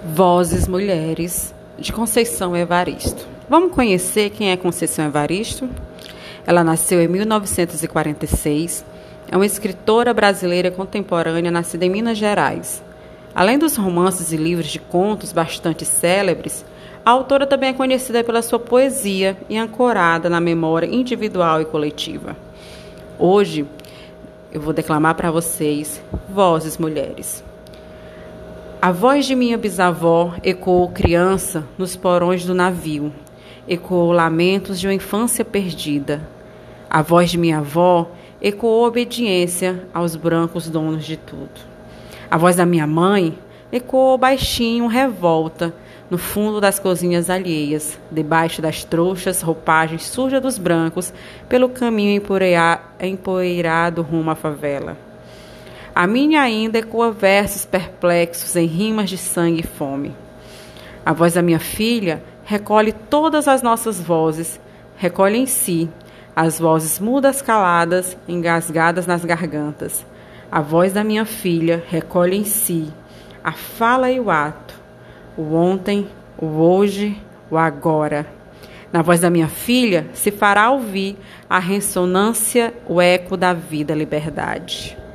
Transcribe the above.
Vozes Mulheres, de Conceição Evaristo. Vamos conhecer quem é Conceição Evaristo? Ela nasceu em 1946, é uma escritora brasileira contemporânea nascida em Minas Gerais. Além dos romances e livros de contos bastante célebres, a autora também é conhecida pela sua poesia e ancorada na memória individual e coletiva. Hoje, eu vou declamar para vocês Vozes Mulheres. A voz de minha bisavó ecoou criança nos porões do navio, ecoou lamentos de uma infância perdida. A voz de minha avó ecoou obediência aos brancos donos de tudo. A voz da minha mãe ecoou baixinho revolta no fundo das cozinhas alheias, debaixo das trouxas roupagens sujas dos brancos, pelo caminho empoeirado rumo à favela. A minha ainda ecoa versos perplexos em rimas de sangue e fome. A voz da minha filha recolhe todas as nossas vozes, recolhe em si as vozes mudas caladas, engasgadas nas gargantas. A voz da minha filha recolhe em si a fala e o ato, o ontem, o hoje, o agora. Na voz da minha filha se fará ouvir a ressonância, o eco da vida, liberdade.